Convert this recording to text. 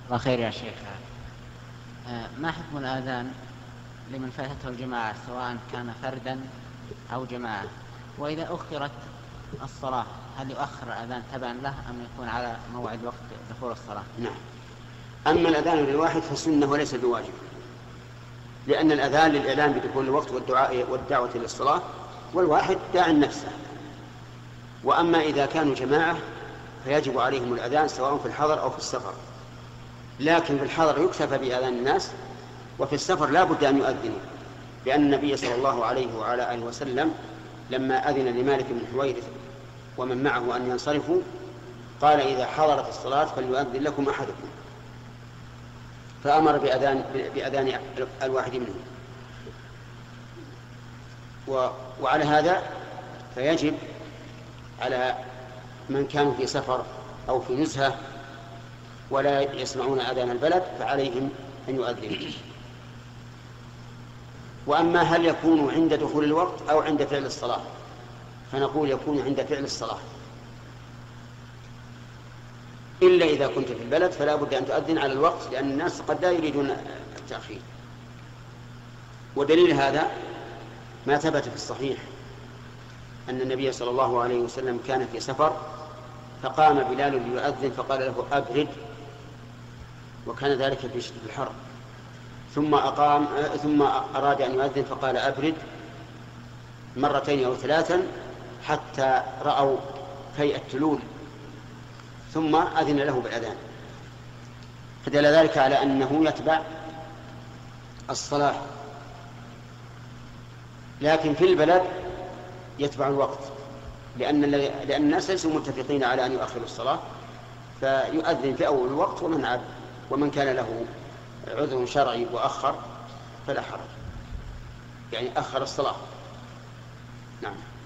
الله خير يا شيخ. ما حكم الآذان لمن فاتته الجماعة سواء كان فردا أو جماعة؟ وإذا أخرت الصلاة هل يؤخر الآذان تبعا له أم يكون على موعد وقت دخول الصلاة؟ نعم. أما الأذان للواحد فالسنة وليس بواجب، لأن الأذان للإعلام بدخول الوقت والدعوة للصلاة، والواحد داع نفسه. وأما إذا كانوا جماعة فيجب عليهم الأذان سواء في الحضر أو في السفر، لكن في الحضر يكتفى بأذان الناس، وفي السفر لا بد أن يؤذنوا، لأن النبي صلى الله عليه وعلى آله وسلم لما أذن لمالك بن حويرث ومن معه أن ينصرفوا قال: إذا حضرت الصلاة فليؤذن لكم أحدكم، فأمر بأذان الواحد منهم. وعلى هذا فيجب على من كانوا في سفر أو في نزهة ولا يسمعون أذان البلد فعليهم أن يؤذنوا. وأما هل يكون عند دخول الوقت أو عند فعل الصلاة، فنقول يكون عند فعل الصلاة، إلا إذا كنت في البلد فلا بد أن تؤذن على الوقت، لأن الناس قد لا يريدون التأخير. ودليل هذا ما ثبت في الصحيح أن النبي صلى الله عليه وسلم كان في سفر فقام بلال ليؤذن فقال له: أبرد، وكان ذلك في شدة الحر، ثم أراد أن يؤذن فقال: أبرد مرتين أو ثلاثا حتى رأوا في التلول، ثم أذن له بالأذان. فدل ذلك على أنه يتبع الصلاة، لكن في البلد يتبع الوقت، لأن الناس ليسوا متفقين على أن يؤخروا الصلاة، فيؤذن في أول الوقت، ومن كان له عذر شرعي وأخر فلا حرج، يعني أخر الصلاة. نعم.